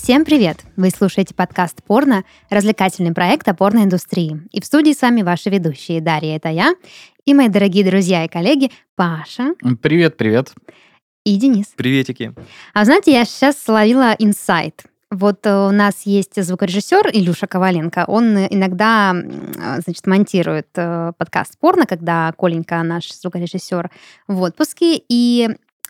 Всем привет! Вы слушаете подкаст «Порно», развлекательный проект о порноиндустрии. И в студии с вами ваши ведущие. Дарья, это я, и мои дорогие друзья и коллеги Паша. Привет. И Денис. Приветики. А знаете, я сейчас словила инсайт. Вот у нас есть звукорежиссер Илюша Коваленко. Он иногда, значит, монтирует подкаст «Порно», когда Коленька, наш звукорежиссер, в отпуске. И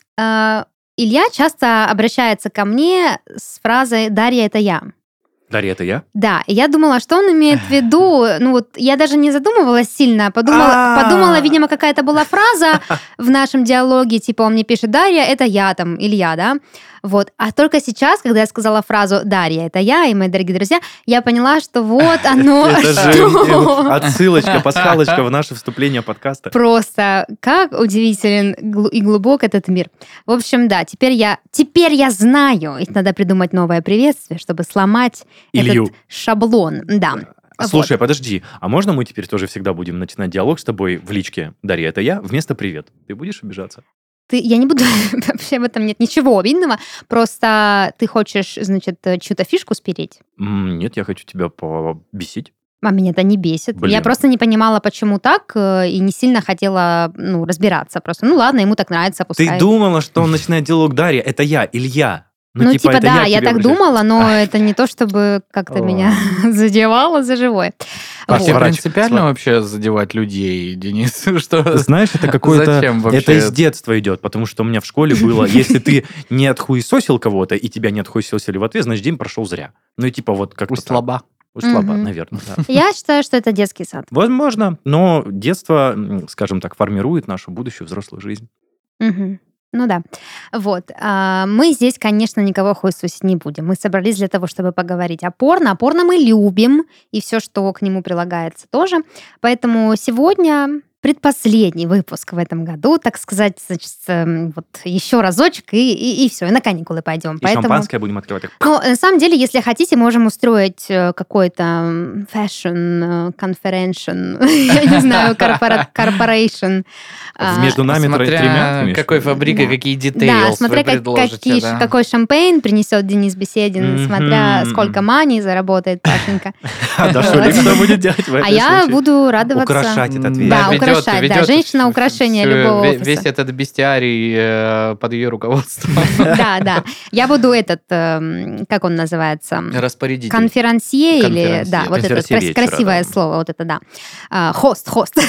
Илья часто обращается ко мне с фразой «Дарья, это я». Дарья, это я? Да, и я думала, что он имеет в виду, я даже не задумывалась сильно, подумала, видимо, какая-то была фраза в нашем диалоге, типа он мне пишет «Дарья, это я», там, Илья, да, вот. А только сейчас, когда я сказала фразу «Дарья, это я», и мои дорогие друзья, я поняла, что вот оно Это что. же отсылочка, пасхалочка в наше вступление подкаста. Просто как удивителен и глубок этот мир. В общем, да, теперь я знаю, и надо придумать новое приветствие, чтобы сломать Илью. этот шаблон. Да. Слушай, подожди, а можно мы теперь тоже всегда будем начинать диалог с тобой в личке «Дарья, это я» вместо «Привет»? Ты будешь обижаться? Я не буду, вообще в этом нет ничего обидного, просто ты хочешь, значит, чью-то фишку спереть? Нет, я хочу тебя побесить. А меня это не бесит. Блин. Я просто не понимала, почему так, и не сильно хотела, разбираться. Просто, ладно, ему так нравится, пускай. Ты думала, что он начинает диалог «Дарья, это я, Илья». Типа это да, я тебе так обращаюсь. думала, но это не то, чтобы как-то меня задевало за живое. А тебе Вот. принципиально вообще задевать людей, Денис? Что? Знаешь, это какое-то... Зачем вообще? Это из детства идет, потому что у меня в школе было, если ты не отхуесосил кого-то, и тебя не отхуесосили в ответ, значит, день прошел зря. как-то так. Слаба. Слабо, Мгм. наверное, да. Я считаю, что это детский сад. Возможно, но детство, скажем так, формирует нашу будущую взрослую жизнь. Мгм. Ну да. Вот. Мы здесь, конечно, никого хуесосить не будем. Мы собрались для того, чтобы поговорить о порно. А порно мы любим, и все, что к нему прилагается, тоже. Поэтому сегодня предпоследний выпуск в этом году, так сказать, значит, вот еще разочек, и все, и на каникулы пойдем. И шампанское будем открывать. На самом деле, если хотите, можем устроить какой-то fashion conference, я не знаю, corporation. Между нами тремя. Смотря ты какой имеешь в виду? фабрикой, Да. какие Да, детали смотря вы предложите. да. какой шампейн принесет Денис Беседин, Мгм. смотря сколько мани заработает Пашенька. А да, что Лиза будет делать в этом А я случае? буду радоваться. Украшать этот вечер. Да, украшать, да, женщина украшение любого офиса. Весь этот бестиарий под ее руководством. Да. Я буду как он называется? Распорядитель. Конферансье или... Конферансье. Да, вот это Конферансье вечера, красивое да. слово, вот это да. Хост.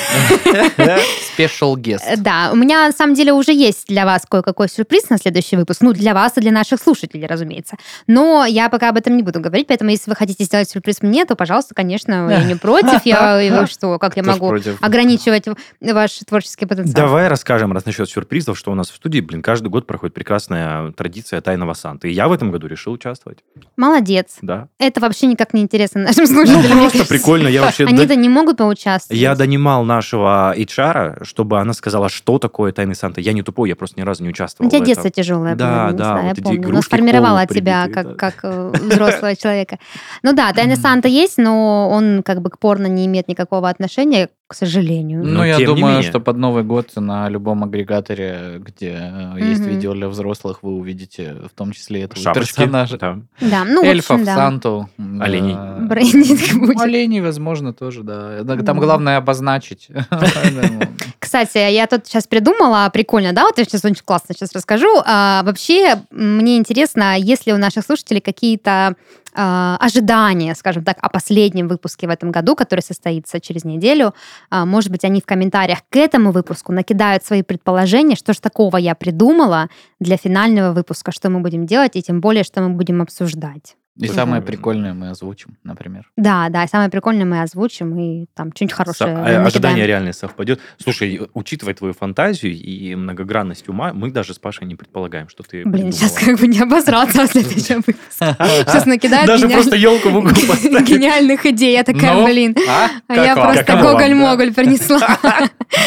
Special guest. Да, у меня на самом деле уже есть для вас кое-какой сюрприз на следующий выпуск. Для вас и для наших слушателей, разумеется. Но я пока об этом не буду говорить, поэтому если вы хотите сделать сюрприз мне, то, пожалуйста, конечно, я не против. Как я Кто ж могу против? ограничивать ваш творческий потенциал? Давай расскажем, раз насчет сюрпризов, что у нас в студии, каждый год проходит прекрасная традиция Тайного Санты. И я в этом году решил участвовать. Молодец. Да. Это вообще никак не интересно нашим слушателям. мне Просто кажется. прикольно. Я вообще... Они-то не могут поучаствовать. Я донимал нашего HR, чтобы она сказала, что такое Тайный Санта. Я не тупой, я просто ни разу не У участвовал тебя в детство этом. тяжелое Да, было, не да, знаю, вот я эти помню. Оно игрушки к сформировало полу тебя прибитые, как взрослого человека. Да, Тайный Санта есть, но он как бы к порно не имеет никакого отношения, к сожалению. Но Я тем не думаю, менее. что под Новый год на любом агрегаторе, где есть Мгм. видео для взрослых, вы увидите в том числе этого Шапочки. персонажа. Да. Да, в Эльфов, общем, да. Санту. Оленей. Брендинг будет. Оленей, возможно, тоже, да. Да. Там главное обозначить. Кстати, я тут сейчас придумала, прикольно, да, вот я сейчас очень классно сейчас расскажу. Вообще, мне интересно, есть ли у наших слушателей какие-то ожидания, скажем так, о последнем выпуске в этом году, который состоится через неделю. Может быть, они в комментариях к этому выпуску накидают свои предположения, что ж такого я придумала для финального выпуска, что мы будем делать, и тем более, что мы будем обсуждать. И самое прикольное мы озвучим, например. Да, самое прикольное мы озвучим, и там что-нибудь хорошее накидаем. Ожидание реально совпадет. Слушай, учитывая твою фантазию и многогранность ума, мы даже с Пашей не предполагаем, что ты Блин, придумала. сейчас как бы не обосраться в следующем выпуске. Сейчас накидают Даже просто елку в угол поставить. гениальных идей. Я такая, Ну, блин. а? А я Как вам? просто Как вам, гоголь-моголь принесла.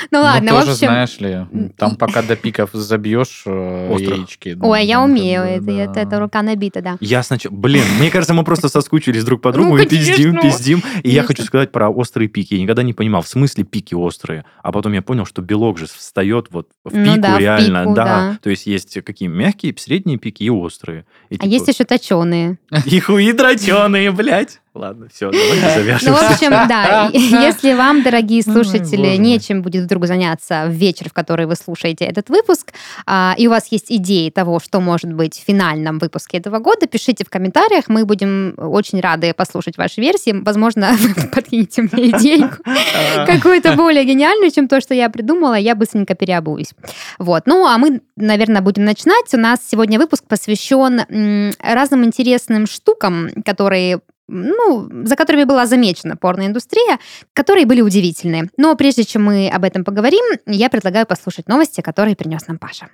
Ну ладно, в тоже, общем... знаешь ли, там пока до пиков забьешь яички. Ой, я ну, умею, как бы, да. это рука набита, да. Я сначала... Блин, мне кажется, мы просто соскучились друг по другу Ну, и пиздим. И я Конечно. хочу сказать про острые пики. Я никогда не понимал, в смысле пики острые. А потом я понял, что белок же встает вот в Ну пику да, в реально. пику, Да. да. То есть есть какие мягкие, средние пики и острые. И А есть еще точеные. И хуи дроченые, блядь. Ладно, все, давайте завяжем. Ну, в общем, да, если вам, дорогие слушатели, Боже мой. нечем будет вдруг заняться в вечер, в который вы слушаете этот выпуск, и у вас есть идеи того, что может быть в финальном выпуске этого года, пишите в комментариях, мы будем очень рады послушать ваши версии. Возможно, вы подкинете мне идейку какую-то более гениальную, чем то, что я придумала, я быстренько переобуюсь. Вот. Ну, а мы, наверное, будем начинать. У нас сегодня выпуск посвящен разным интересным штукам, которые за которыми была замечена порноиндустрия, которые были удивительны. Но прежде чем мы об этом поговорим, я предлагаю послушать новости, которые принес нам Паша.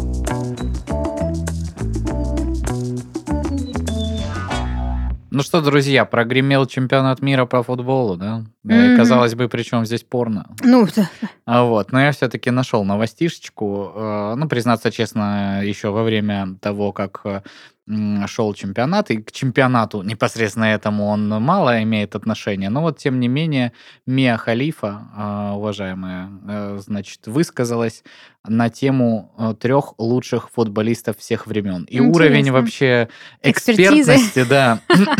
Ну что, друзья, прогремел чемпионат мира по футболу, да? Да, и, казалось бы, при чем здесь порно? Ну, Вот, но я все-таки нашел новостишечку. Ну, признаться честно, еще во время того, как шел чемпионат, и к чемпионату непосредственно этому он мало имеет отношения, но вот, тем не менее, Мия Халифа, уважаемая, значит, высказалась на тему 3 лучших футболистов всех времен. И Интересно. уровень вообще экспертности, да,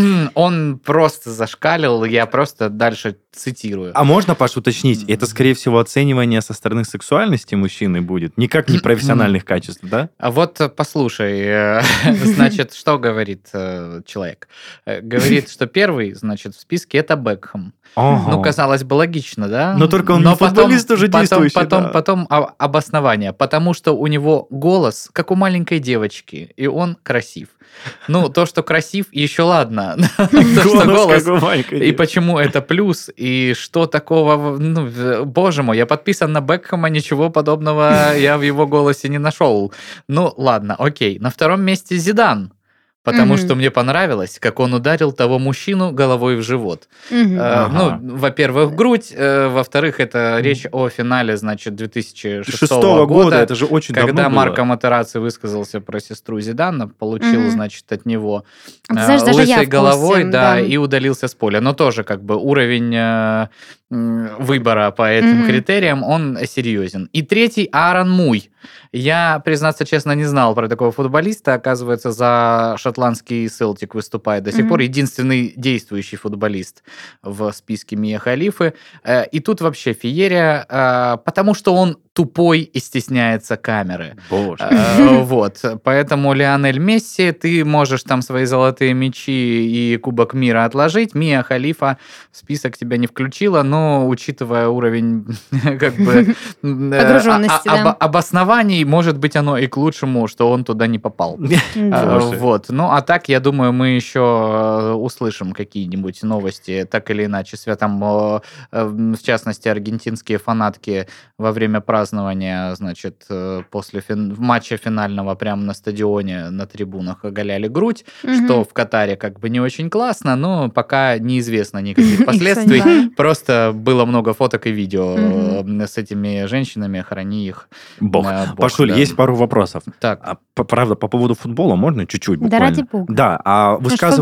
он просто зашкалил, я просто дальше цитирую. А можно, Паш, уточнить? Это, скорее всего, оценивание со стороны сексуальности мужчины будет, никак не профессиональных качеств, да? А вот послушай, значит, что говорит человек? Говорит, что первый, значит, в списке это Бекхэм. Ага. Ну, казалось бы, логично, да? Но только он не футболист уже действующий. Потом обоснование. Потому что у него голос, как у маленькой девочки, и он красив. Ну, то, что красив, еще ладно. То, что голос. И почему это плюс? И что такого? Ну, боже мой, я подписан на Бекхэма, ничего подобного я в его голосе не нашел. Ну, ладно, окей. На втором месте Зидан. Потому что мне понравилось, как он ударил того мужчину головой в живот. Ну, во-первых, в грудь, во-вторых, это речь о финале, значит, 2006 года. Это же очень давно было. Когда Марко Матерацци высказался про сестру Зидана, получил, значит, от него знаешь, даже я лысой в курсе, головой, да. и удалился с поля. Но тоже как бы уровень выбора по этим критериям, он серьезен. И третий Аарон Муй. Я, признаться честно, не знал про такого футболиста. Оказывается, за шотландский Селтик выступает до сих пор. Единственный действующий футболист в списке Мии Халифы. И тут вообще феерия, потому что он тупой и стесняется камеры. Боже. Вот. Поэтому, Лионель Месси, ты можешь там свои золотые мячи и Кубок мира отложить. Мия Халифа в список тебя не включила, но, учитывая уровень как бы погруженности, обоснований, может быть, оно и к лучшему, что он туда не попал. Вот. Ну, а так, я думаю, мы еще услышим какие-нибудь новости, так или иначе, там, в частности, аргентинские фанатки во время празднования, значит, после матча финального прямо на стадионе, на трибунах оголяли грудь, что в Катаре как бы не очень классно, но пока неизвестно никаких последствий. Просто было много фоток и видео с этими женщинами, храни их. Бог. Пашуль, да. есть пару вопросов. Так. Правда, по поводу футбола можно чуть-чуть буквально? Да ради бога. Да, а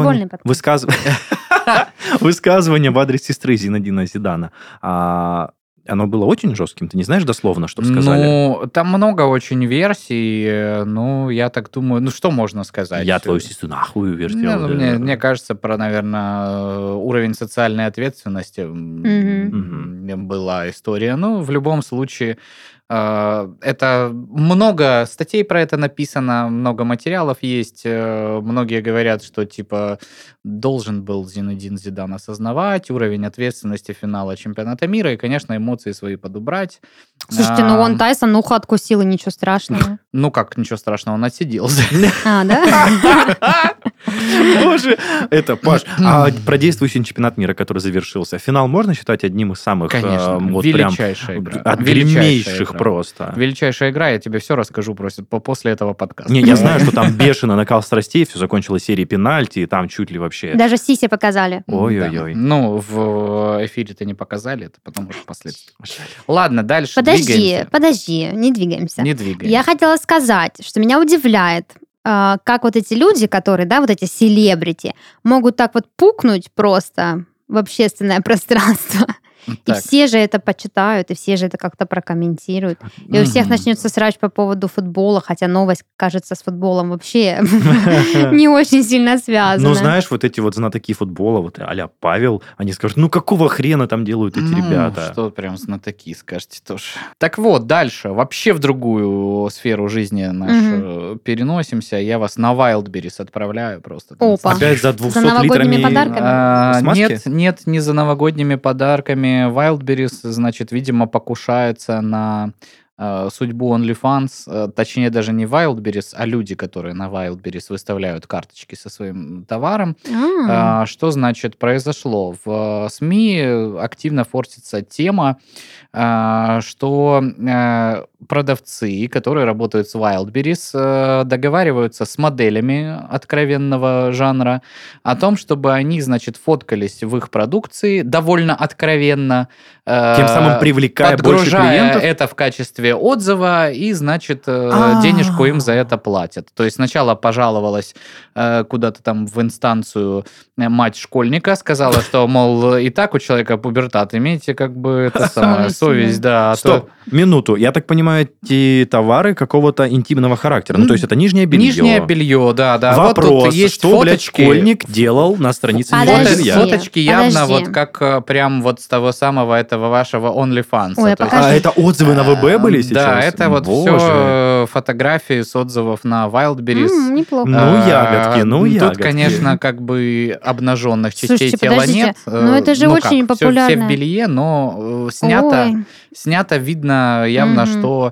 высказывание в адрес сестры Зинедина Зидана, оно было очень жестким? Ты не знаешь дословно, что сказали? Ну, там много очень версий. Ну, я так думаю, ну, что можно сказать? Я твою сестру нахуй вертел. Мне кажется, про, наверное, уровень социальной ответственности была история. Ну, в любом случае, это много статей про это написано, много материалов есть. Многие говорят, что типа должен был Зинедин Зидан осознавать уровень ответственности финала чемпионата мира и, конечно, эмоции свои подубрать. Слушайте, ну он Тайсон ухо откусил, и ничего страшного. Ну как, ничего страшного, он отсиделся. А, да? Боже, это, Паш, а про действующий чемпионат мира, который завершился, финал можно считать одним из самых Конечно, вот величайшая прям игра. от древнейших так просто. Величайшая игра, я тебе все расскажу после этого подкаста. Не, я знаю, что там бешено накал страстей, все закончилось серией пенальти, и там чуть ли вообще... Даже сиси показали. Ой-ой-ой. Да. Ну, в эфире-то не показали, это потом уже впоследствии. Ладно, дальше двигаемся. Подожди, не двигаемся. Не двигаемся. Я хотела сказать, что меня удивляет, как вот эти люди, которые, да, вот эти селебрити, могут так вот пукнуть просто в общественное пространство. И все же это почитают, и все же это как-то прокомментируют. И у всех начнется срач по поводу футбола, хотя новость, кажется, с футболом вообще не очень сильно связана. Ну, знаешь, вот эти вот знатоки футбола, вот а-ля Павел, они скажут, ну, какого хрена там делают эти ребята? Что прям знатоки, скажете тоже. Так вот, дальше. Вообще в другую сферу жизни нашу переносимся. Я вас на Wildberries отправляю просто. Опа. Опять за 200 За новогодними литрами подарками? смазки? Нет, не за новогодними подарками. Wildberries, значит, видимо, покушается на судьбу OnlyFans, точнее даже не Wildberries, а люди, которые на Wildberries выставляют карточки со своим товаром. Что, значит, произошло? В СМИ активно форсится тема, что продавцы, которые работают с Wildberries, договариваются с моделями откровенного жанра о том, чтобы они, значит, фоткались в их продукции довольно откровенно, тем самым привлекая больше клиентов? это в качестве отзыва, и, значит, денежку им за это платят. То есть сначала пожаловалась куда-то там в инстанцию мать школьника, сказала, что, мол, и так у человека пубертат, имейте как бы это самое, совесть, да. Стоп, минуту. Я так понимаю, эти товары какого-то интимного характера. Ну, то есть это нижнее белье. Нижнее белье, да. Вопрос, вот тут есть что, фоточки. блядь, школьник делал на странице нижнего белья? Фоточки явно вот как прям вот с того самого этого вашего OnlyFans. Ой, А это отзывы на ВБ были сейчас? Да, это вот все фотографии с отзывов на Wildberries. Неплохо. Ну, ягодки, ну, ягодки. Тут, конечно, как бы обнаженных частей тела нет. Ну, это же очень популярно. Все в белье, но снято видно явно, что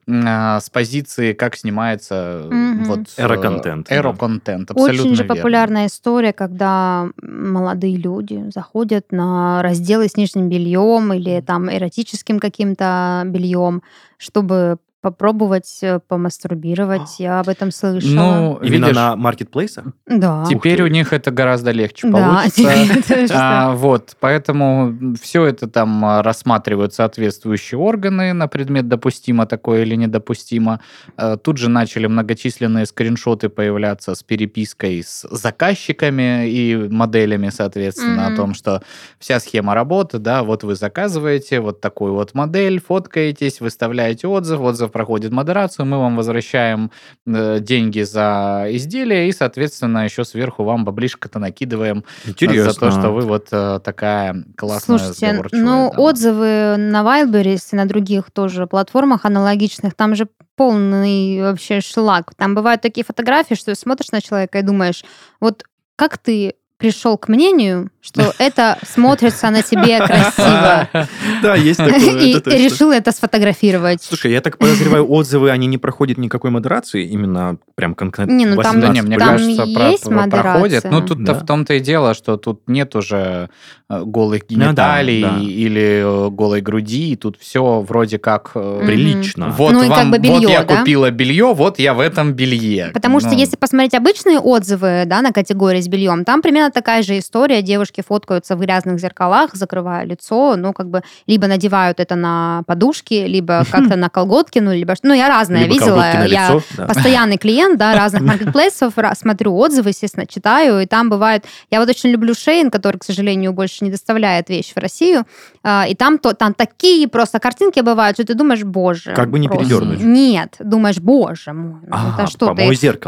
с позиции, как снимается вот эро-контент. Эро-контент, абсолютно очень же верно. популярная история, когда молодые люди заходят на разделы с нижним бельем или там эротическим каким-то бельем, чтобы попробовать помастурбировать. Я об этом слышала. Ну, Именно видишь, на маркетплейсах? Да. теперь у них это гораздо легче Да, получится. Вот, поэтому все это там рассматривают соответствующие органы на предмет допустимо такое или недопустимо. Тут же начали многочисленные скриншоты появляться с перепиской с заказчиками и моделями, соответственно, о том, что вся схема работы, да, вот вы заказываете вот такую вот модель, фоткаетесь, выставляете отзыв проходит модерацию, мы вам возвращаем деньги за изделие и, соответственно, еще сверху вам баблишко-то накидываем за то, что вы вот такая классная, сговорчивая. Слушайте, ну, отзывы на Wildberries и на других тоже платформах аналогичных, там же полный вообще шлак. Там бывают такие фотографии, что смотришь на человека и думаешь, вот как ты пришел к мнению, что это смотрится на тебе красиво. Да, есть такое. И решил это сфотографировать. Слушай, я так подозреваю, отзывы, они не проходят никакой модерации, именно прям конкретно. Не, ну там, мне там кажется, есть модерация. проходят. Ну, тут-то в том-то и дело, что тут нет уже голых гениталий или голой груди, тут все вроде как прилично. Вот ну, и вам, как бы белье, вот я да? купила белье, вот я в этом белье. Потому что если посмотреть обычные отзывы, да, на категории с бельем, там примерно такая же история. Девушки фоткаются в грязных зеркалах, закрывая лицо, ну, как бы, либо надевают это на подушки, либо как-то на колготки, ну, либо... Ну, я разное видела. Я постоянный клиент, да, разных маркетплейсов, смотрю отзывы, естественно, читаю, и там бывает... Я вот очень люблю Shein, который, к сожалению, больше не доставляет вещи в Россию, и там такие просто картинки бывают, что ты думаешь, боже... Как бы не передернуть. Нет, думаешь, боже мой, ну, это что ты... Помой зеркало.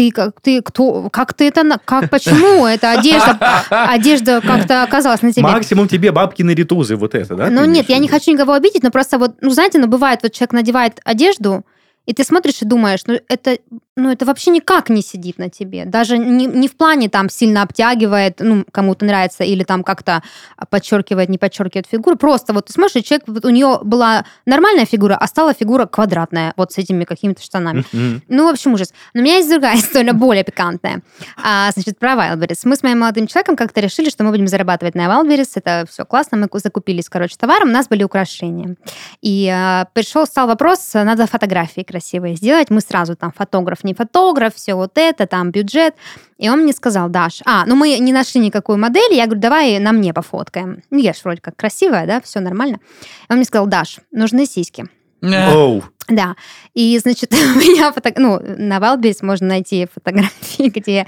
Почему эта одежда как-то оказалась на тебе? Максимум тебе бабкины ритузы, вот это, да? Ну нет, я не хочу никого обидеть, но просто вот, ну знаете, бывает, вот человек надевает одежду, и ты смотришь и думаешь, ну это ну, это вообще никак не сидит на тебе. Даже не в плане там сильно обтягивает, ну, кому-то нравится, или там как-то подчеркивает, не подчеркивает фигуру. Просто вот ты смотришь, и человек, вот у нее была нормальная фигура, а стала фигура квадратная, вот с этими какими-то штанами. Ну, в общем, ужас. Но у меня есть другая история, более пикантная. Значит, про Wildberries. Мы с моим молодым человеком как-то решили, что мы будем зарабатывать на Wildberries. Это все классно. Мы закупились, короче, товаром, у нас были украшения. И стал вопрос, надо фотографии красивые сделать. Мы сразу там фотограф, не фотограф, все вот это, там бюджет. И он мне сказал, Даш, ну мы не нашли никакую модель, я говорю, давай на мне пофоткаем. Ну, я ж вроде как красивая, да, все нормально. И он мне сказал, Даш, нужны сиськи. Да, и, значит, у меня на Wildberries можно найти фотографии, где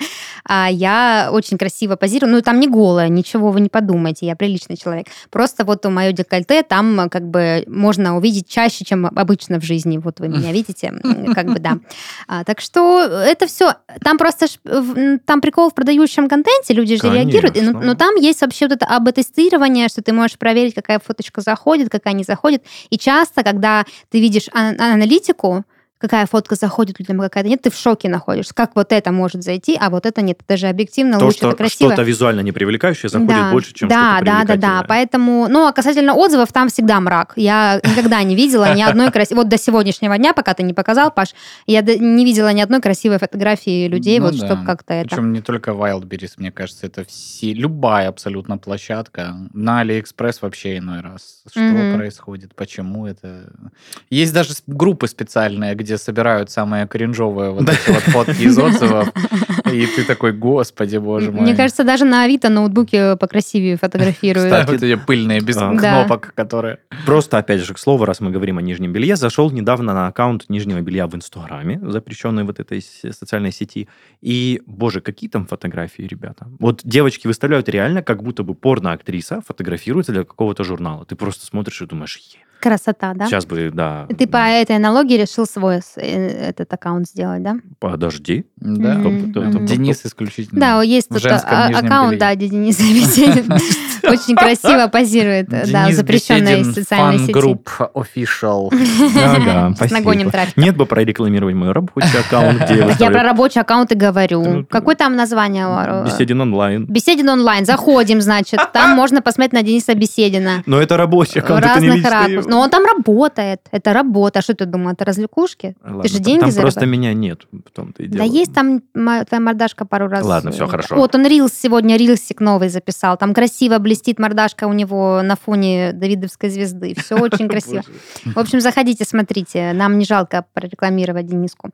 я очень красиво позирую. Ну, там не голая, ничего вы не подумайте, я приличный человек. Просто вот у моё декольте там как бы можно увидеть чаще, чем обычно в жизни. Вот вы меня видите, как бы, да. Так что это все, там просто, там прикол в продающем контенте, люди же реагируют, но там есть вообще вот это АБ-тестирование, что ты можешь проверить, какая фоточка заходит, какая не заходит. И часто, когда ты видишь аналитику, какая фотка заходит людям, какая-то нет, ты в шоке находишься. Как вот это может зайти, а вот это нет. Это же объективно то, лучше, что это красиво. Что-то визуально непривлекающее заходит больше, чем что-то привлекательное. Да. Поэтому, а касательно отзывов, там всегда мрак. Я никогда не видела ни одной красивой... Вот до сегодняшнего дня, пока ты не показал, Паш, я не видела ни одной красивой фотографии людей, чтобы как-то это... Причем не только Wildberries, мне кажется, это любая абсолютно площадка. На AliExpress вообще иной раз. Что происходит, почему это... Есть даже группы специальные, где собирают самые кринжовые вот эти вот фотки из отзывов, и ты такой, господи, боже мой. Мне кажется, даже на Авито ноутбуки покрасивее фотографируют. Кстати, вот эти пыльные, без кнопок, которые... Просто, опять же, к слову, раз мы говорим о нижнем белье, зашел недавно на аккаунт нижнего белья в Инстаграме, запрещенной вот этой социальной сети, и, боже, какие там фотографии, ребята. Вот девочки выставляют реально, как будто бы порно-актриса фотографируется для какого-то журнала. Ты просто смотришь и думаешь, красота, да? Сейчас бы, да. Ты по этой аналогии решил свой этот аккаунт сделать, да? Подожди. Да. Денис исключительно. Да, есть тут аккаунт, да, где Денис Беседин очень красиво позирует, да, запрещенной социальной сети. Фан-групп Official. Ага, спасибо. Нагоним трафик. Нет бы прорекламировать мой рабочий аккаунт, где я про рабочий аккаунт и говорю. Какое там название? Беседин онлайн. Беседин онлайн. Заходим, значит. Там можно посмотреть на Дениса Беседина. Но это рабочий аккаунт, это не личный. Но он там работает. Это работа. А что ты думаешь, это развлекушки? Ладно, ты же деньги там зарабатываешь. просто меня нет. В том-то и дело. Да есть там твоя мордашка пару раз. Ладно, все хорошо. Вот он сегодня рилсик новый записал. Там красиво блестит мордашка у него на фоне давидовской звезды. Все очень красиво. В общем, заходите, смотрите. Нам не жалко прорекламировать Дениску.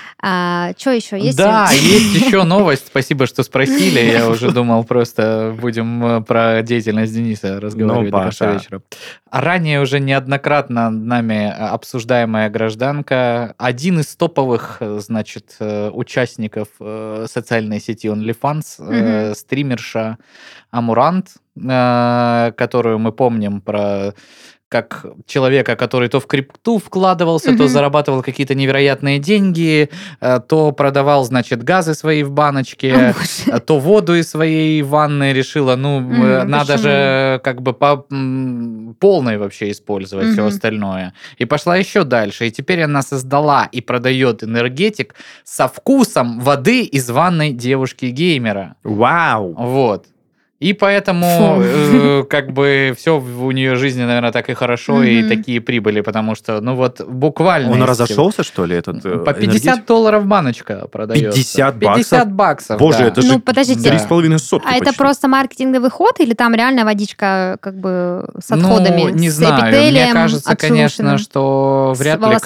Что еще есть? Да, есть еще новость. Спасибо, что спросили. Я уже думал, просто будем про деятельность Дениса разговаривать до конца вечера. Ранее уже неоднократно нами обсуждаемая гражданка, один из топовых, значит, участников социальной сети OnlyFans, стримерша Амурант, которую мы помним про как человека, который то в крипту вкладывался, то зарабатывал какие-то невероятные деньги, то продавал, значит, газы свои в баночке, то воду из своей ванны решила, надо же как бы по полной вообще использовать все остальное. И пошла еще дальше. И теперь она создала и продает энергетик со вкусом воды из ванной девушки-геймера. Вау! Вот. И поэтому как бы все у нее в жизни, наверное, так и хорошо, и такие прибыли, потому что, буквально... Он разошелся, что ли, этот по $50 баночка продается. 50 баксов? 50 баксов, Боже, да. это же подождите. 3,5 сотки это просто маркетинговый ход, или там реально водичка как бы с отходами? Не с знаю. Мне кажется, отшелушенным, конечно, что вряд ли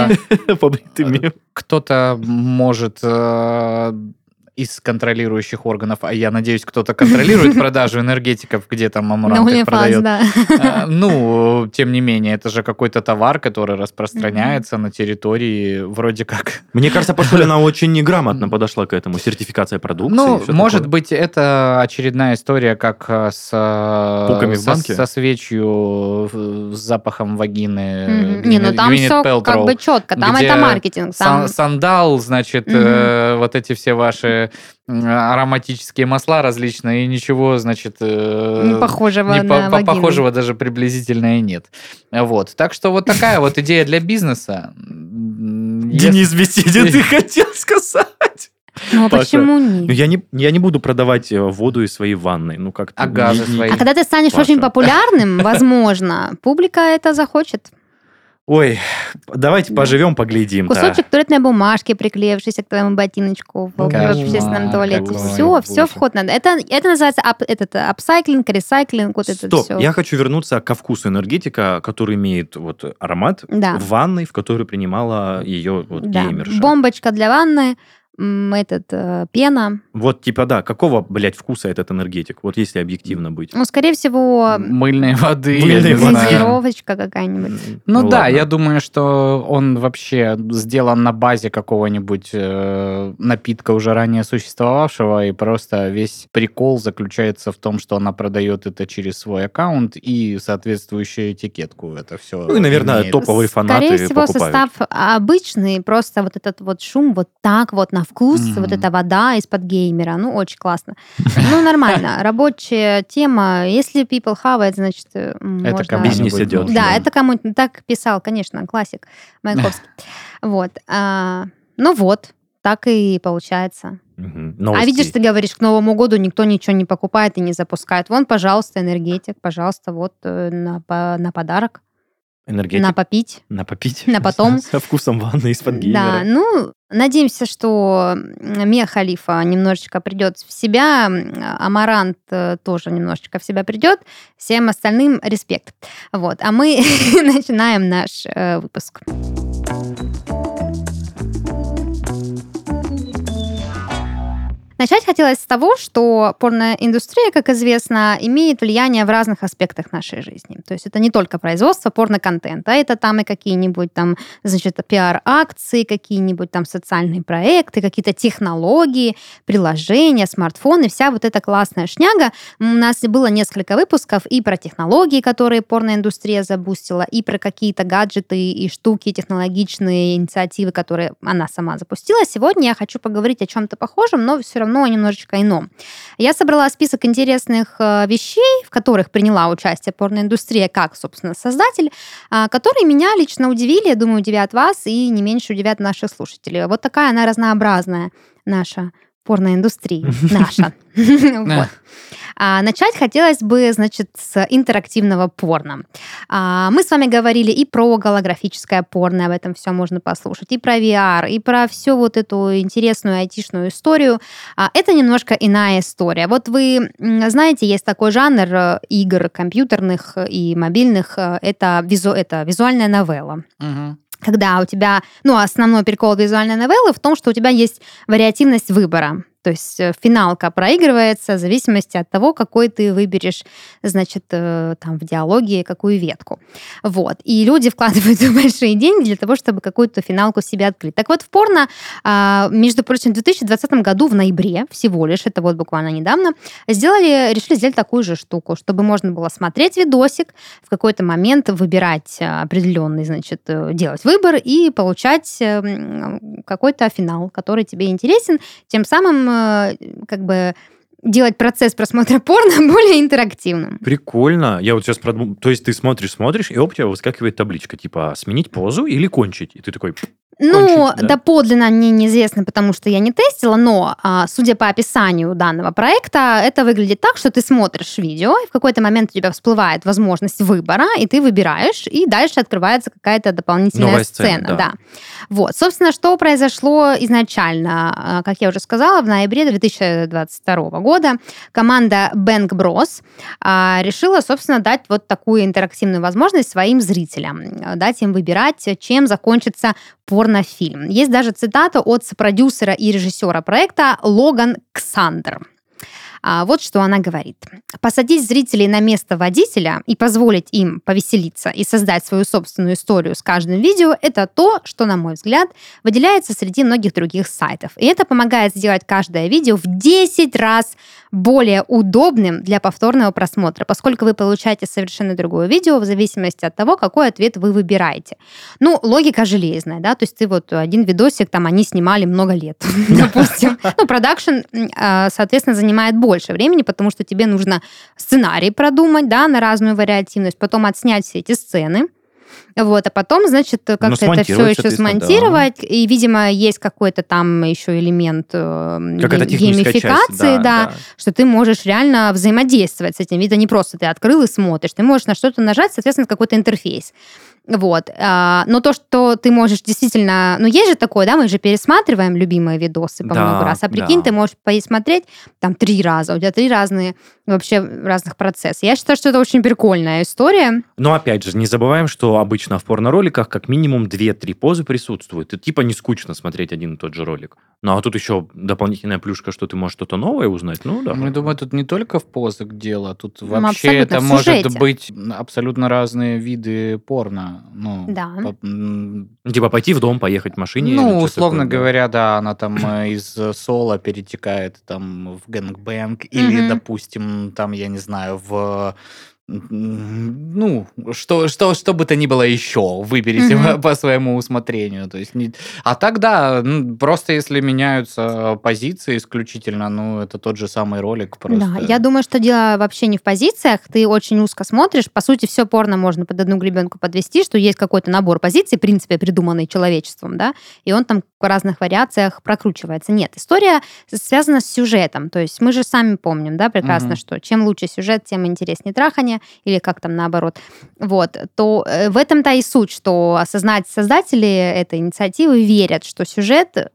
кто-то может... из контролирующих органов, а я надеюсь, кто-то контролирует продажу энергетиков, где там Амурант их продает. Да. Тем не менее, это же какой-то товар, который распространяется на территории вроде как... Мне кажется, потому она очень неграмотно подошла к этому. Сертификация продукции. Может быть, это очередная история, как с... Пуками в банке? Со свечью с запахом вагины. Там все как бы четко. Там это маркетинг. Сандал, значит, вот эти все ваши ароматические масла различные, и ничего, значит... не похожего на вагину. Похожего даже приблизительно и нет. Вот. Так что вот такая вот идея для бизнеса. Денис Беседин, ты хотел сказать? Ну, а почему нет? Я не буду продавать воду из своей ванной. Ну, как-то... А газы свои? А когда ты станешь очень популярным, возможно, публика это захочет. Ой, давайте поживем, поглядим. Кусочек туалетной бумажки, приклеившийся к твоему ботиночку в общественном туалете. Все вход надо. Это называется апсайклинг, ресайклинг, вот это все. Стоп, я хочу вернуться ко вкусу энергетика, который имеет вот аромат в ванной, в которой принимала ее вот геймерша. Бомбочка для ванны, пена. Вот, типа, да, какого, блядь, вкуса этот энергетик? Вот если объективно быть. Ну, скорее всего... Мыльной воды. Газировочка какая-нибудь. Ну да, я думаю, что он вообще сделан на базе какого-нибудь напитка, уже ранее существовавшего, и просто весь прикол заключается в том, что она продает это через свой аккаунт и соответствующую этикетку. Это все. Ну и, наверное, топовые фанаты покупают. Скорее всего, покупают. состав обычный, просто вот этот вот шум вот так вот на вкус, вот эта вода из-под геймера. Ну, очень классно. Ну, нормально. Рабочая тема. Если people have it, значит, можно... Бизнес идет. Да, это кому-нибудь так писал, конечно, классик Маяковский. Вот. Ну вот, так и получается. А видишь, ты говоришь, к Новому году никто ничего не покупает и не запускает. Вон, пожалуйста, энергетик, пожалуйста, вот на подарок. Энергетик. На попить. На попить. На потом. Со вкусом ванны из-под геймера. Да, ну, надеемся, что Мия Халифа немножечко придет в себя, Амарант тоже немножечко в себя придет. Всем остальным респект. Вот, а мы начинаем наш выпуск. Начать хотелось с того, что порноиндустрия, как известно, имеет влияние в разных аспектах нашей жизни. То есть это не только производство порноконтента, это там и какие-нибудь там, значит, пиар-акции, какие-нибудь там социальные проекты, какие-то технологии, приложения, смартфоны, вся вот эта классная шняга. У нас было несколько выпусков и про технологии, которые порноиндустрия забустила, и про какие-то гаджеты и штуки, технологичные инициативы, которые она сама запустила. Сегодня я хочу поговорить о чем-то похожем, но все равно немножечко ином. Я собрала список интересных вещей, в которых приняла участие порноиндустрия как, собственно, создатель, которые меня лично удивили, я думаю, удивят вас и не меньше удивят наших слушателей. Вот такая она разнообразная, наша порноиндустрия. Наша. Начать хотелось бы, значит, с интерактивного порно. Мы с вами говорили и про голографическое порно, об этом все можно послушать, и про VR, и про всю вот эту интересную айтишную историю. Это немножко иная история. Вот вы знаете, есть такой жанр игр компьютерных и мобильных, это визуальная новелла. Когда у тебя, основной прикол визуальной новеллы в том, что у тебя есть вариативность выбора. То есть финалка проигрывается в зависимости от того, какой ты выберешь, значит, там в диалоге какую ветку. Вот. И люди вкладывают большие деньги для того, чтобы какую-то финалку себе открыть. Так вот, в порно, между прочим, в 2020 году в ноябре всего лишь, это вот буквально недавно, решили сделать такую же штуку, чтобы можно было смотреть видосик, в какой-то момент выбирать определенный, значит, делать выбор и получать какой-то финал, который тебе интересен, тем самым как бы делать процесс просмотра порно более интерактивным. Прикольно. Я вот сейчас продумал. То есть ты смотришь, и у тебя выскакивает табличка, типа, сменить позу или кончить. И ты такой... Доподлинно мне неизвестно, потому что я не тестила, но, судя по описанию данного проекта, это выглядит так, что ты смотришь видео, и в какой-то момент у тебя всплывает возможность выбора, и ты выбираешь, и дальше открывается какая-то дополнительная новая сцена. Да. Вот. Собственно, что произошло изначально? Как я уже сказала, в ноябре 2022 года команда Bang Bros решила, собственно, дать вот такую интерактивную возможность своим зрителям, дать им выбирать, чем закончится порнофильм. Есть даже цитата от сопродюсера и режиссера проекта Логан Ксандер. Вот что она говорит. Посадить зрителей на место водителя и позволить им повеселиться и создать свою собственную историю с каждым видео – это то, что, на мой взгляд, выделяется среди многих других сайтов. И это помогает сделать каждое видео в 10 раз более удобным для повторного просмотра, поскольку вы получаете совершенно другое видео в зависимости от того, какой ответ вы выбираете. Логика железная, да, то есть ты вот один видосик, там они снимали много лет, допустим. Продакшн, соответственно, занимает больше времени, потому что тебе нужно сценарий продумать, да, на разную вариативность, потом отснять все эти сцены, Вот, а потом, значит, как-то это все еще смонтировать, да. И, видимо, есть какой-то там еще элемент геймификации, да, что ты можешь реально взаимодействовать с этим. Видно, не просто ты открыл и смотришь, ты можешь на что-то нажать, соответственно, какой-то интерфейс. Вот. Но то, что ты можешь действительно... Ну, есть же такое, да, мы же пересматриваем любимые видосы по много раз. А прикинь, ты можешь пересмотреть там 3 раза. У тебя 3 разных процесса. Я считаю, что это очень прикольная история. Но, опять же, не забываем, что обычно в порно-роликах как минимум 2-3 позы присутствуют. И типа не скучно смотреть один и тот же ролик. Ну, а тут еще дополнительная плюшка, что ты можешь что-то новое узнать. Ну, да. Я думаю, тут не только в позах дело. Тут вообще это может быть абсолютно разные виды порно. Ну, да. Типа пойти в дом, поехать в машине. Ну, условно говоря, да, она там из соло перетекает там в гэнгбэнг или, допустим, там, я не знаю, в... Ну, что бы то ни было еще, выберите по своему усмотрению. То есть А так, да, просто если меняются позиции исключительно, ну, это тот же самый ролик просто. Да, я думаю, что дело вообще не в позициях, ты очень узко смотришь, по сути, все порно можно под одну гребенку подвести, что есть какой-то набор позиций, в принципе, придуманный человечеством, да, и он там в разных вариациях прокручивается. Нет, история связана с сюжетом, то есть мы же сами помним, да, прекрасно, что чем лучше сюжет, тем интереснее трахание, или как там наоборот, вот, то в этом-то и суть, что создатели этой инициативы верят, что сюжет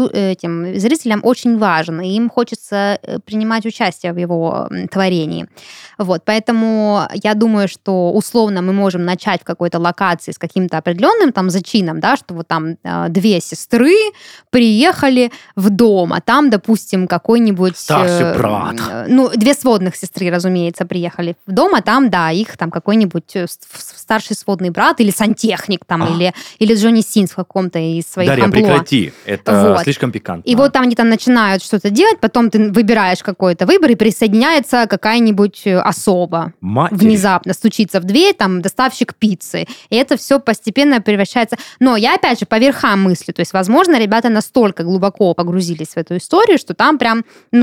этим зрителям очень важен, и им хочется принимать участие в его творении. Вот, поэтому я думаю, что условно мы можем начать в какой-то локации с каким-то определенным там зачином, да, что вот там 2 сестры приехали в дом, а там, допустим, какой-нибудь... Старший брат. Ну, 2 сводных сестры, разумеется, приехали в дом, а там, да, их там какой-нибудь старший сводный брат или сантехник там, или Джонни Синс в каком-то из своих амплуа. Дарья, прекрати, это слишком пикантно. И вот там они там начинают что-то делать, потом ты выбираешь какой-то выбор, и присоединяется какая-нибудь особа. Внезапно стучится в дверь, там, доставщик пиццы. И это все постепенно превращается... Но я, опять же, по верхам мыслю. То есть, возможно, ребята настолько глубоко погрузились в эту историю, что там прям,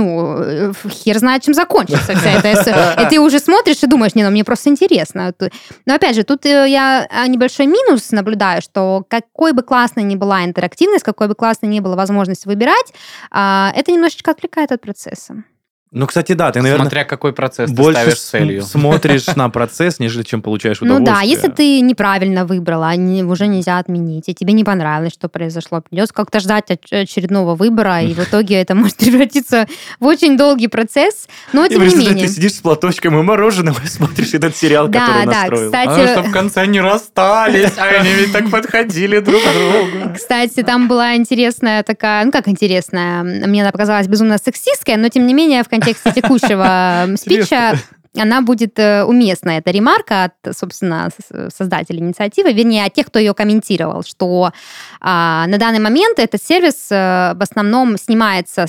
ну, хер знает, чем закончится вся эта история. И ты уже смотришь и думаешь, не, ну, мне просто интересно. Но, опять же, тут я небольшой минус наблюдаю, что какой бы классной ни была интерактивность, какой бы классной ни была возможность выбирать, это немножечко отвлекает от процесса. Ну, кстати, да, ты, наверное... Смотря какой процесс ты ставишь целью. Смотришь на процесс, нежели чем получаешь удовольствие. Ну да, если ты неправильно выбрала, уже нельзя отменить, и тебе не понравилось, что произошло, придется как-то ждать очередного выбора, и в итоге это может превратиться в очень долгий процесс, но тем не менее. Ты сидишь с платочком и мороженым и смотришь этот сериал, который настроил. Да, кстати... Чтобы в конце не расстались, а они ведь так подходили друг к другу. Кстати, там была интересная такая, ну как интересная, мне она показалась безумно сексистская, но тем не менее в контексте текущего спича она будет уместна, эта ремарка от, собственно, создателей инициативы, вернее, от тех, кто ее комментировал, что на данный момент этот сервис в основном снимается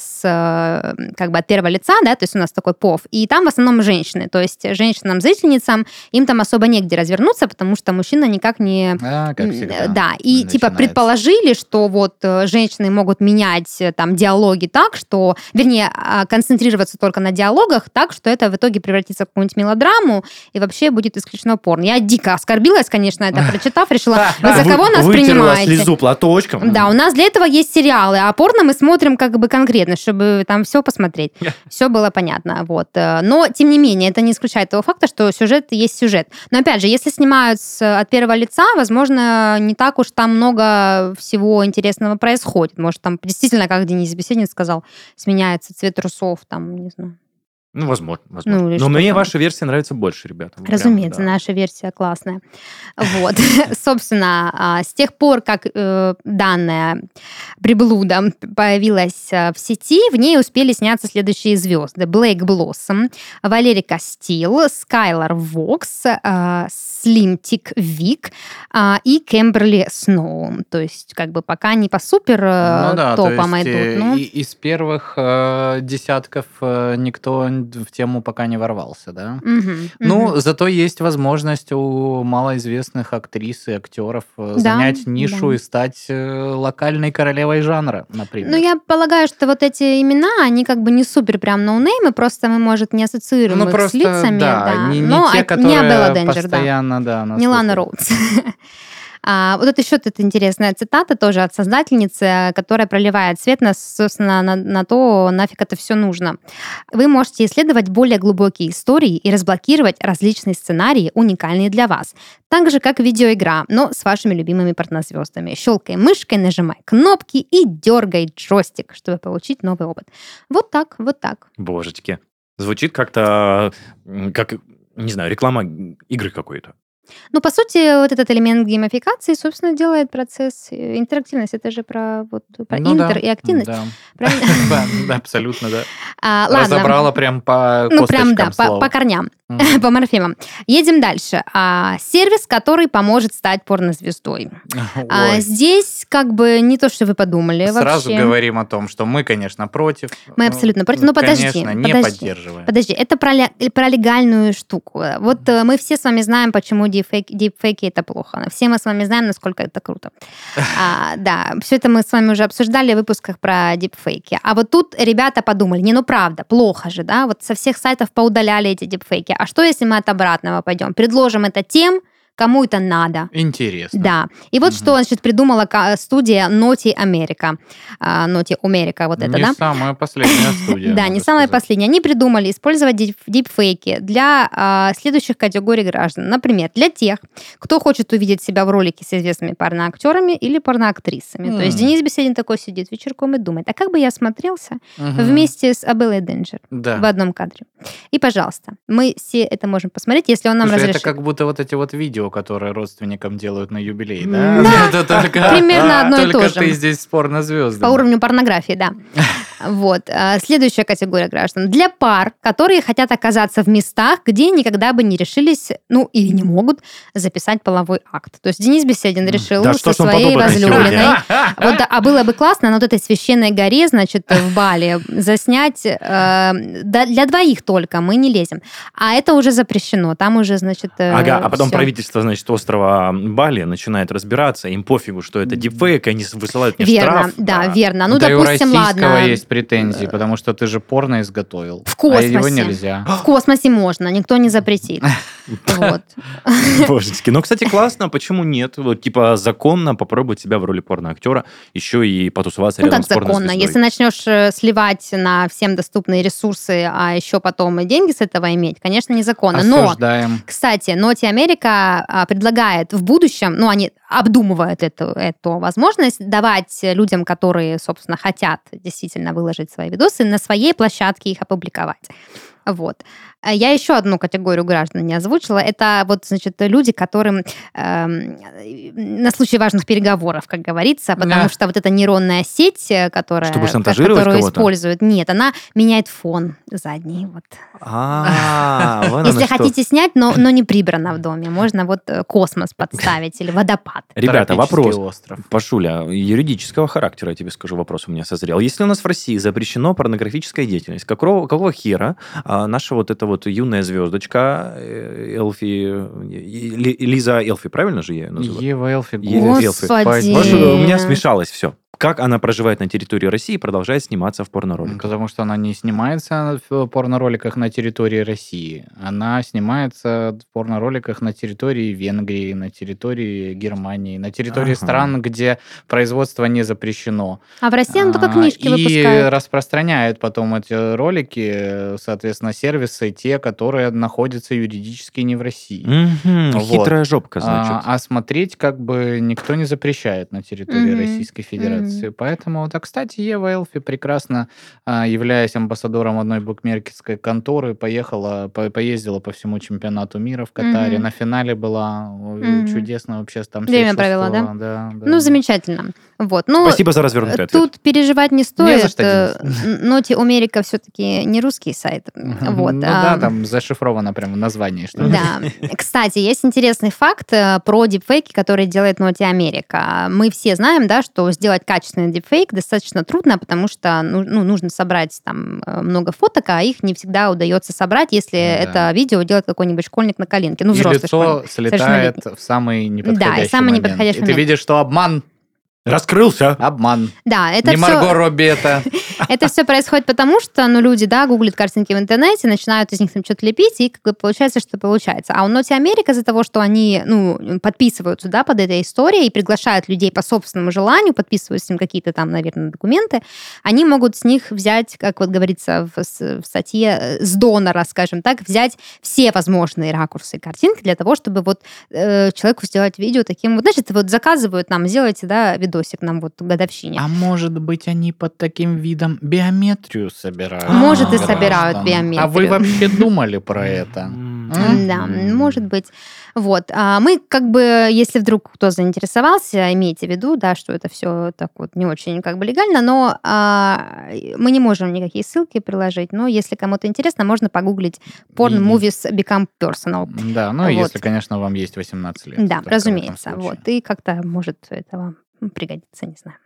как бы от первого лица, да, то есть у нас такой ПОВ, и там в основном женщины, то есть женщинам-зрительницам им там особо негде развернуться, потому что мужчина никак не... как всегда. Да, и типа предположили, что вот женщины могут менять там диалоги так, что, вернее, концентрироваться только на диалогах так, что это в итоге превратится в какую-нибудь мелодраму, и вообще будет исключено порно. Я дико оскорбилась, конечно, это прочитав, решила, вы за кого нас принимаете? Слезу платочком. Да, у нас для этого есть сериалы, а порно мы смотрим как бы конкретно, чтобы там все посмотреть. Все было понятно, вот. Но, тем не менее, это не исключает того факта, что сюжет есть сюжет. Но, опять же, если снимают от первого лица, возможно, не так уж там много всего интересного происходит. Может, там действительно, как Денис Беседин сказал, сменяется цвет трусов, там, не знаю. Ну, возможно. Но мне ваша версия нравится больше, ребята. Разумеется, наша версия классная. Вот. Собственно, с тех пор, как данная приблуда появилась в сети, в ней успели сняться следующие звезды. Блейк Блоссом, Валерий Кастил, Скайлар Вокс, Слим Тик Вик и Кэмберли Сноу. То есть, как бы пока не по супер топам идут. И из первых десятков никто в тему пока не ворвался, да? Ну, зато есть возможность у малоизвестных актрис и актеров занять нишу и стать локальной королевой жанра, например. Ну, я полагаю, что вот эти имена, они как бы не супер прям ноунеймы, просто мы, может, не ассоциируем их с лицами. Не те, которые постоянно, не Лана Роудс. Вот это еще интересная цитата тоже от создательницы, которая проливает свет, собственно, на то, нафиг это все нужно. Вы можете исследовать более глубокие истории и разблокировать различные сценарии, уникальные для вас. Так же, как видеоигра, но с вашими любимыми порнозвездами. Щелкай мышкой, нажимай кнопки и дергай джойстик, чтобы получить новый опыт. Вот так, вот так. Божечки. Звучит как-то, как, не знаю, реклама игры какой-то. Ну, по сути, вот этот элемент геймификации, собственно, делает процесс интерактивность. Это же про интер и активность. Да. Правильно? Абсолютно, да. Разобрала прям по косточкам слова. По корням, по морфемам. Едем дальше. Сервис, который поможет стать порнозвездой. Здесь как бы не то, что вы подумали вообще. Сразу говорим о том, что мы, конечно, против. Мы абсолютно против. Но подожди. Конечно, не поддерживаем. Подожди, это про легальную штуку. Вот мы все с вами знаем, почему дипфейки это плохо. Все мы с вами знаем, насколько это круто. Да, все это мы с вами уже обсуждали в выпусках про дипфейки. А вот тут ребята подумали, ну правда, плохо же, да, вот со всех сайтов поудаляли эти дипфейки. А что, если мы от обратного пойдем? Предложим это тем, кому это надо. Интересно. Да. И вот что, значит, придумала студия Naughty America. Naughty America, вот это, да? Не самая последняя студия. Да, не самая последняя. Они придумали использовать дипфейки для следующих категорий граждан. Например, для тех, кто хочет увидеть себя в ролике с известными порноактерами или порноактрисами. То есть Денис Беседин такой сидит вечерком и думает, а как бы я смотрелся вместе с Абеллой Денджер в одном кадре? И, пожалуйста, мы все это можем посмотреть, если он нам разрешит. Это как будто вот эти вот видео, которые родственникам делают на юбилей, да? Да, примерно одно и то же. Только ты здесь с порнозвездами. По уровню порнографии, да. Вот. Следующая категория граждан. Для пар, которые хотят оказаться в местах, где никогда бы не решились, ну, или не могут записать половой акт. То есть Денис Беседин решил со своей возлюбленной. Вот, а было бы классно на вот этой священной горе, значит, в Бали заснять для двоих только, мы не лезем. А это уже запрещено. Там уже, значит, а потом правительство, значит, острова Бали начинает разбираться, им пофигу, что это дипфейк, они высылают мне штраф. Да, верно. Ну, да, допустим, и у российского ладно. есть претензии, потому что ты же порно изготовил. В космосе. А его нельзя. В космосе можно, никто не запретит. Вот. Божечки. Ну, кстати, классно, почему нет? Вот, типа, законно попробовать себя в роли порноактера, еще и потусоваться рядом с порнозвездой. Ну, как законно? Если начнешь сливать на всем доступные ресурсы, а еще потом и деньги с этого иметь, конечно, незаконно. Осуждаем. Но, кстати, Naughty America предлагает в будущем, ну, они обдумывают эту возможность, давать людям, которые, собственно, хотят действительно выложить свои видосы, на своей площадке их опубликовать. Вот. Я еще одну категорию граждан не озвучила. Это вот, значит, люди, которым на случай важных переговоров, как говорится, потому что вот эта нейронная сеть, которую используют, нет, она меняет фон задний. Вот. Если хотите снять, но не прибрано в доме, можно вот космос подставить или водопад. Ребята, вопрос. Пашуля, юридического характера, я тебе скажу, вопрос у меня созрел. Если у нас в России запрещено порнографическая деятельность, какого хера наша вот эта вот юная звездочка Элфи, Лиза Элфи, правильно же я ее называю? Ева Элфи. Господи. У меня смешалось все. Как она проживает на территории России и продолжает сниматься в порнороликах? Потому что она не снимается в порнороликах на территории России. Она снимается в порнороликах на территории Венгрии, на территории Германии, на территории стран, где производство не запрещено. А в России она только книжки выпускает. И распространяют потом эти ролики, соответственно, сервисы, те, которые находятся юридически не в России. Вот. Хитрая жопка, значит. А смотреть как бы никто не запрещает на территории Российской Федерации. Поэтому, да, кстати, Ева Элфи прекрасно, являясь амбассадором одной букмекерской конторы, поездила по всему чемпионату мира в Катаре. На финале была чудесно вообще там. Время провела, да? Да? Ну, замечательно. Вот. Спасибо за развернутый ответ. Тут переживать не стоит. Не за что, Naughty America все-таки не русский сайт. Вот. Ну да, там зашифровано прямо название. Что да. Кстати, есть интересный факт про дипфейки, которые делает Naughty America. Мы все знаем, да, что сделать качественный дипфейк достаточно трудно, потому что нужно собрать там много фоток, а их не всегда удается собрать, если это видео делает какой-нибудь школьник на коленке. Ну, взрослый лицо школьник. слетает в самый неподходящий Да, и самый момент. неподходящий момент. Ты видишь, что обман. Раскрылся. Обман. Да, это не все... Марго Робби это. Это все происходит потому, что люди, гуглят картинки в интернете, начинают из них там что-то лепить, и получается, что получается. А у Naughty America из-за того, что они подписываются под этой историей и приглашают людей по собственному желанию, подписывают с ним какие-то там, наверное, документы, они могут с них взять, как вот говорится в статье, с донора, скажем так, взять все возможные ракурсы картинки для того, чтобы человеку сделать видео таким. Значит, заказывают нам, сделайте, видосик нам к годовщине. А может быть, они под таким видом биометрию собирают? Может, и собирают биометрию. А вы вообще думали про это? Да, может быть. Мы если вдруг кто заинтересовался, имейте в виду, что это все так не очень легально, но мы не можем никакие ссылки приложить, но если кому-то интересно, можно погуглить porn movies become personal. Да, если, конечно, вам есть 18 лет. Да, разумеется. И как-то может это вам пригодится, не знаю.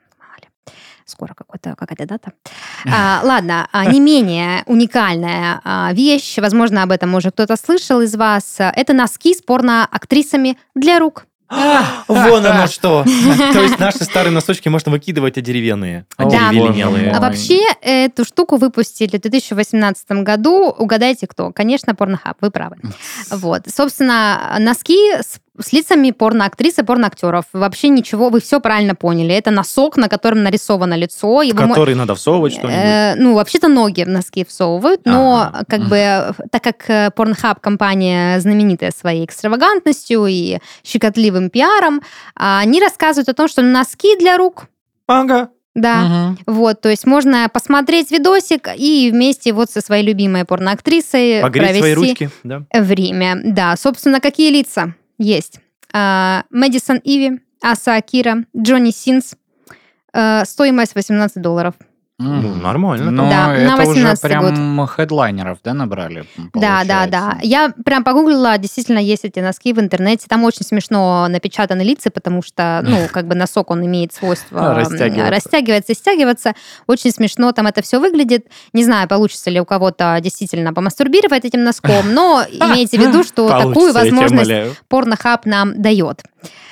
Скоро какая-то дата. Ладно, не менее уникальная вещь, возможно, об этом уже кто-то слышал из вас, это носки с порноактрисами для рук. Вон оно что! То есть наши старые носочки можно выкидывать, а деревянные. Да. А вообще эту штуку выпустили в 2018 году. Угадайте, кто? Конечно, Pornhub, вы правы. Собственно, носки с лицами порноактрис и порноактеров. Вообще ничего, вы все правильно поняли. Это носок, на котором нарисовано лицо. Который надо всовывать что-нибудь? Вообще-то ноги в носки всовывают, но так как Pornhub компания знаменитая своей экстравагантностью и щекотливым пиаром, они рассказывают о том, что носки для рук. Ага. Да, то есть можно посмотреть видосик и вместе со своей любимой порноактрисой погреть свои ручки, время. Да, собственно, какие лица есть? Мэдисон Иви, Аса Акира, Джонни Синс. Стоимость $18. Нормально. Но да, это на 18 уже прям год. хедлайнеров, набрали? Да. Я прям погуглила, действительно есть эти носки в интернете. Там очень смешно напечатаны лица, потому что, носок, он имеет свойство растягиваться и стягиваться. Очень смешно там это все выглядит. Не знаю, получится ли у кого-то действительно помастурбировать этим носком, но имейте в виду, что такую возможность Pornhub нам дает.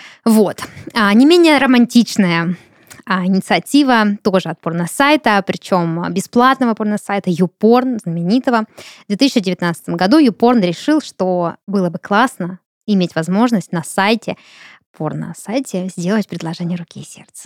Не менее романтичная инициатива тоже от порносайта, причем бесплатного порносайта YouPorn, знаменитого. В 2019 году YouPorn решил, что было бы классно иметь возможность на сайте, порно-сайте, сделать предложение руки и сердца.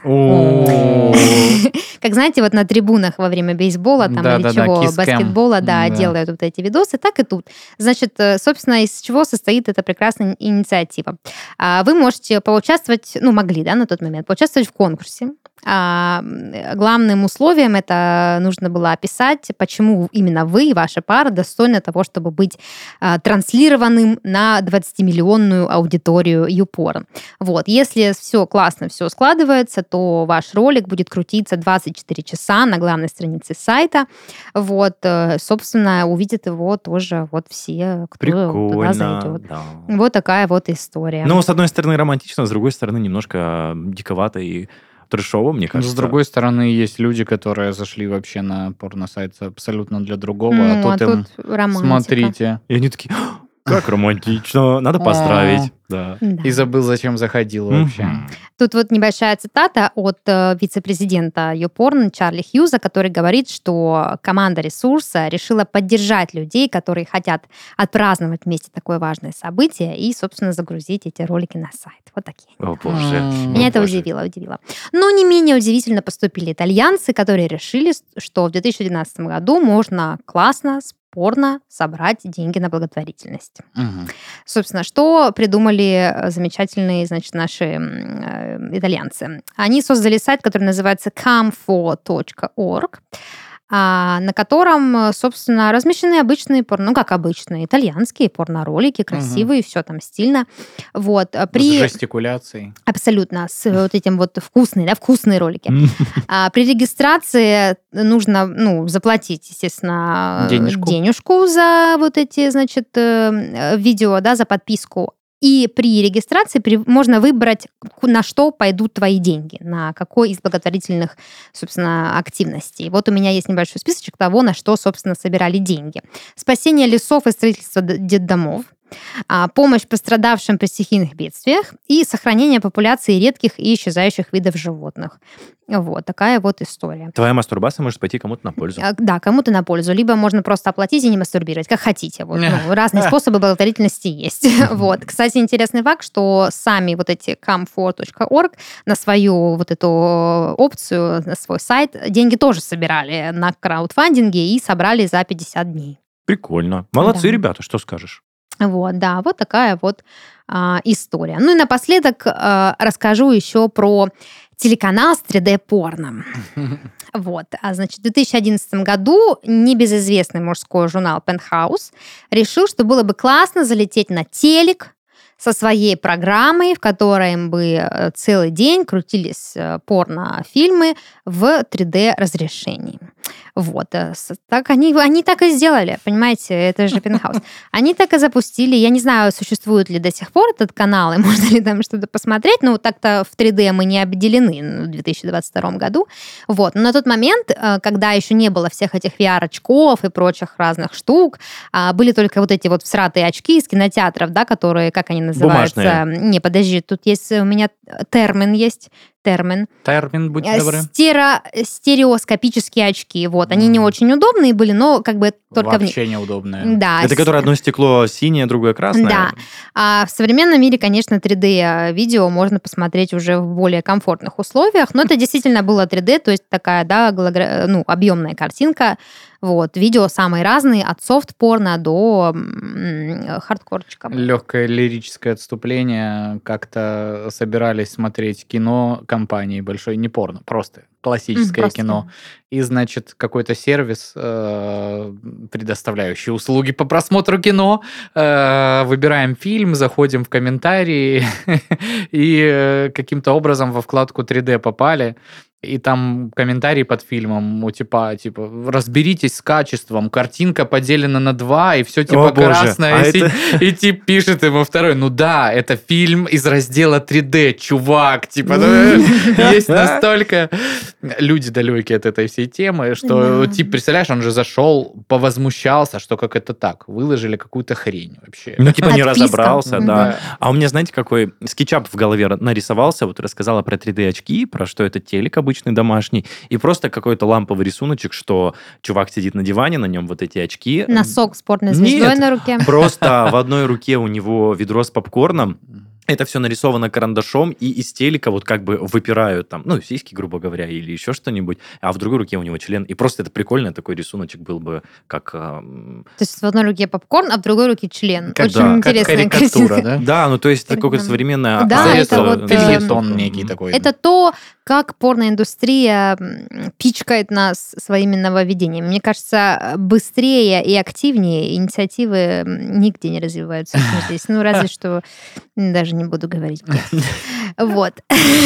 Как знаете, на трибунах во время бейсбола или чего, баскетбола, делают эти видосы, так и тут. Значит, собственно, из чего состоит эта прекрасная инициатива. Вы можете поучаствовать, могли, на тот момент, поучаствовать в конкурсе. Главным условием это нужно было описать, почему именно вы и ваша пара достойны того, чтобы быть транслированным на 20-миллионную аудиторию YouPorn. Если все классно, все складывается, то ваш ролик будет крутиться 24 часа на главной странице сайта. Собственно, увидят его тоже все, кто туда зайдет. Да. Такая история. С одной стороны романтично, с другой стороны немножко диковато и трэшово, мне кажется. С другой стороны, есть люди, которые зашли вообще на порносайт абсолютно для другого, а тут им романтика. Смотрите. И они такие, как романтично, надо поздравить. Да. И забыл, зачем заходил вообще. Тут небольшая цитата от вице-президента YouPorn Чарли Хьюза, который говорит, что команда ресурса решила поддержать людей, которые хотят отпраздновать вместе такое важное событие и, собственно, загрузить эти ролики на сайт. Такие. О, боже. Меня это удивило. Но не менее удивительно поступили итальянцы, которые решили, что в 2012 году можно классно, порно собрать деньги на благотворительность. Собственно, что придумали замечательные, наши итальянцы? Они создали сайт, который называется camfor.org, на котором, собственно, размещены обычные обычные итальянские порноролики, красивые, все там стильно. С жестикуляцией. Абсолютно, с этим вкусные ролики. При регистрации нужно, заплатить, естественно, денежку за эти, видео, за подписку. И при регистрации можно выбрать, на что пойдут твои деньги, на какой из благотворительных, собственно, активностей. Вот у меня есть небольшой списочек того, на что, собственно, собирали деньги. Спасение лесов и строительство детдомов, помощь пострадавшим при стихийных бедствиях и сохранение популяции редких и исчезающих видов животных. Вот такая вот история. Твоя мастурбация может пойти кому-то на пользу. Да, кому-то на пользу. Либо можно просто оплатить и не мастурбировать, как хотите. Вот, разные способы благотворительности есть. Вот. Кстати, интересный факт, что сами вот эти come4.org на свою вот эту опцию, на свой сайт деньги тоже собирали на краудфандинге и собрали за 50 дней. Прикольно. Молодцы, ребята, что скажешь? Вот, да, вот такая вот история. Ну и напоследок расскажу еще про телеканал с 3D-порно. Вот. Значит, в 2011 году небезызвестный мужской журнал Penthouse решил, что было бы классно залететь на телек со своей программой, в которой бы целый день крутились порнофильмы в 3D-разрешении. Вот. Так они так и сделали, понимаете, это же Penthouse. Они так и запустили. Я не знаю, существует ли до сих пор этот канал, и можно ли там что-то посмотреть, но так-то в 3D мы не обделены в 2022 году. Вот. Но на тот момент, когда еще не было всех этих VR-очков и прочих разных штук, были только вот эти вот всратые очки из кинотеатров, да, которые, как они называются? Бумажные. Не, подожди, тут есть у меня термин есть. Термин, будьте добры. Стереоскопические очки. Вот, они не очень удобные были, но как бы только вообще неудобные. Да. Это которое одно стекло синее, другое красное? Да. А в современном мире, конечно, 3D-видео можно посмотреть уже в более комфортных условиях, но это действительно было 3D, то есть такая, да, объемная картинка. Вот, видео самые разные, от софт-порно до хардкорчика. Легкое лирическое отступление. Как-то собирались смотреть кино компании большой, не порно, просто классическое кино. И, значит, какой-то сервис, предоставляющий услуги по просмотру кино, выбираем фильм, заходим в комментарии и каким-то образом во вкладку 3D попали. И там комментарий под фильмом, типа, разберитесь с качеством, картинка поделена на 2, и все типа красное. И тип пишет ему второй, ну да, это фильм из раздела 3D, чувак. Типа, есть настолько люди далекие от этой всей темы, что, тип, представляешь, он же зашел, повозмущался, что как это так, выложили какую-то хрень вообще. Ну, типа, не разобрался, да. А у меня, знаете, какой скетчап в голове нарисовался, вот рассказала про 3D-очки, про что это телек обычный домашний, и просто какой-то ламповый рисуночек, что чувак сидит на диване, на нем вот эти очки. Носок с порной звездой на руке. Просто в одной руке у него ведро с попкорном. Это все нарисовано карандашом, и из телека вот как бы выпирают там, ну, сиськи, грубо говоря, или еще что-нибудь, а в другой руке у него член. И просто это прикольный такой рисуночек был бы, как... То есть в одной руке попкорн, а в другой руке член. Как, очень интересная карикатура, да? Да, ну то есть такое современное... Да, это вот... Фельетон некий такой. Это то, как порноиндустрия пичкает нас своими нововведениями. Мне кажется, быстрее и активнее инициативы нигде не развиваются, чем здесь. Ну, разве что... Даже не буду говорить где. Вот.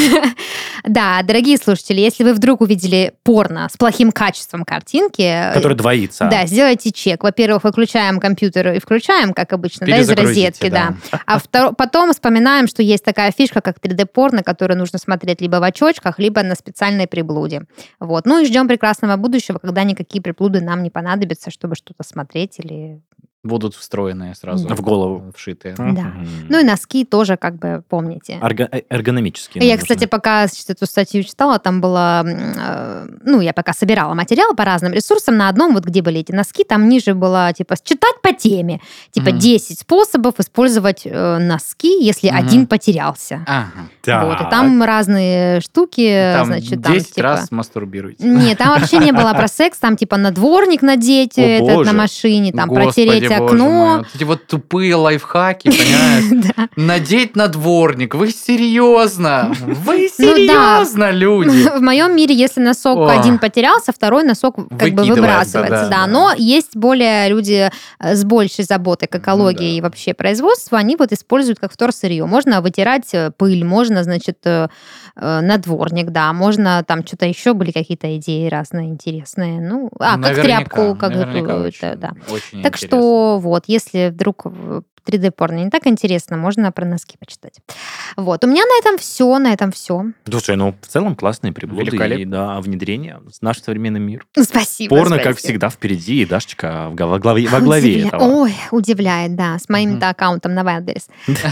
Да, дорогие слушатели, если вы вдруг увидели порно с плохим качеством картинки... Который двоится. Да, сделайте чек. Во-первых, выключаем компьютер и включаем, как обычно, да, из розетки. Да. А потом вспоминаем, что есть такая фишка, как 3D-порно, которую нужно смотреть либо в очочках, либо на специальной приблуде. Вот. Ну и ждем прекрасного будущего, когда никакие приблуды нам не понадобятся, чтобы что-то смотреть или... Будут встроенные сразу. В голову. Вшитые. Да. Ну и носки тоже, как бы, помните. Эргономические. Я, кстати, пока эту статью читала, там было... я пока собирала материал по разным ресурсам, на одном, вот где были эти носки, там ниже было, типа, читать по теме. Типа, 10 способов использовать носки, если один потерялся. Ага. Вот, и там разные штуки. Там значит, 10 типа... раз мастурбируйте. Нет, там вообще не было про секс, там, типа, надворник надеть на машине, там, протереть окно. Вот эти вот тупые лайфхаки, понимаешь? Надеть надворник. Вы серьезно? Вы серьезно, люди? В моем мире, если носок один потерялся, второй носок как бы выбрасывается. Да. Но есть более люди с большей заботой к экологии и вообще производству, они вот используют как вторсырье. Можно вытирать пыль, можно, значит, надворник, да, можно там что-то еще, были какие-то идеи разные интересные. Как тряпку, как это, да. Так что вот, если вдруг 3D-порно не так интересно, можно про носки почитать. Вот, у меня на этом все. Слушай, ну, в целом классные приблуды Великолепно. и, да, внедрение в наш современный мир. Спасибо. Порно, как всегда, впереди, и Дашечка во главе этого. Ой, удивляет, да, с моим-то аккаунтом на Wildberries.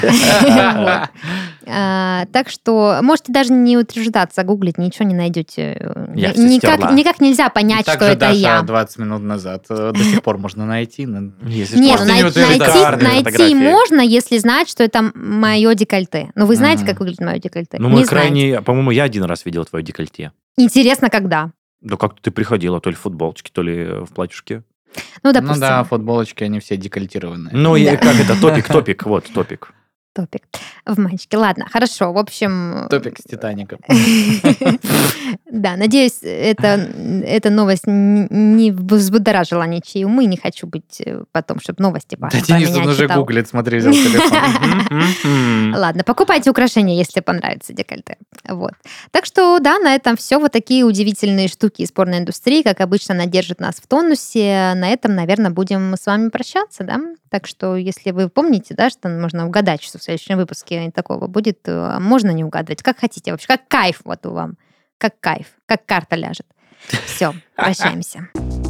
Так что можете даже не утруждаться, гуглить, ничего не найдете. Я всё стерла. Никак нельзя понять, что это Даша я. 20 минут назад до сих пор можно найти. Если Не, что, ну Можете не утверждать. найти можно, если знать, что это мое декольте. Ну, вы знаете, как выглядит мое декольте? Ну, Не мы знаете. крайне... По-моему, я один раз видел твое декольте. Интересно, когда? Да как ты приходила, то ли в футболочке, то ли в платьюшке. Ну, Ну допустим. да, футболочки, они все декольтированные. Ну, Да. и как это? Топик, вот, топик. Топик в мальчике. Ладно, хорошо. В общем... Топик с Титаником. Да, надеюсь, эта новость не взбудоражила ничьи умы. Не хочу быть потом, чтобы новости Да, про Денис, меня он уже читал. гуглит, смотри, взял телефон. Ладно, покупайте украшения, если понравится декольте. Вот. Так что, да, на этом все. Вот такие удивительные штуки из порноиндустрии. Как обычно, она держит нас в тонусе. На этом, наверное, будем с вами прощаться, да? Так что, если вы помните, да, что можно угадать, что в следующем выпуске такого будет, можно не угадывать. Как хотите вообще. Как кайф вот у вам. Как кайф. Как карта ляжет. Все, прощаемся.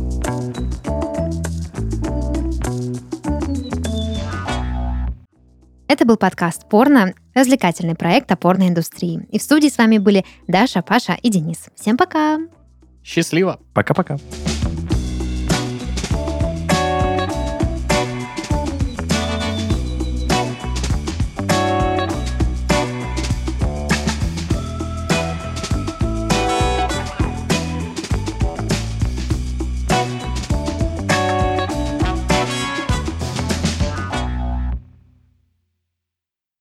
Это был подкаст «Порно», развлекательный проект о порноиндустрии. И в студии с вами были Даша, Паша и Денис. Всем пока! Счастливо. Пока-пока.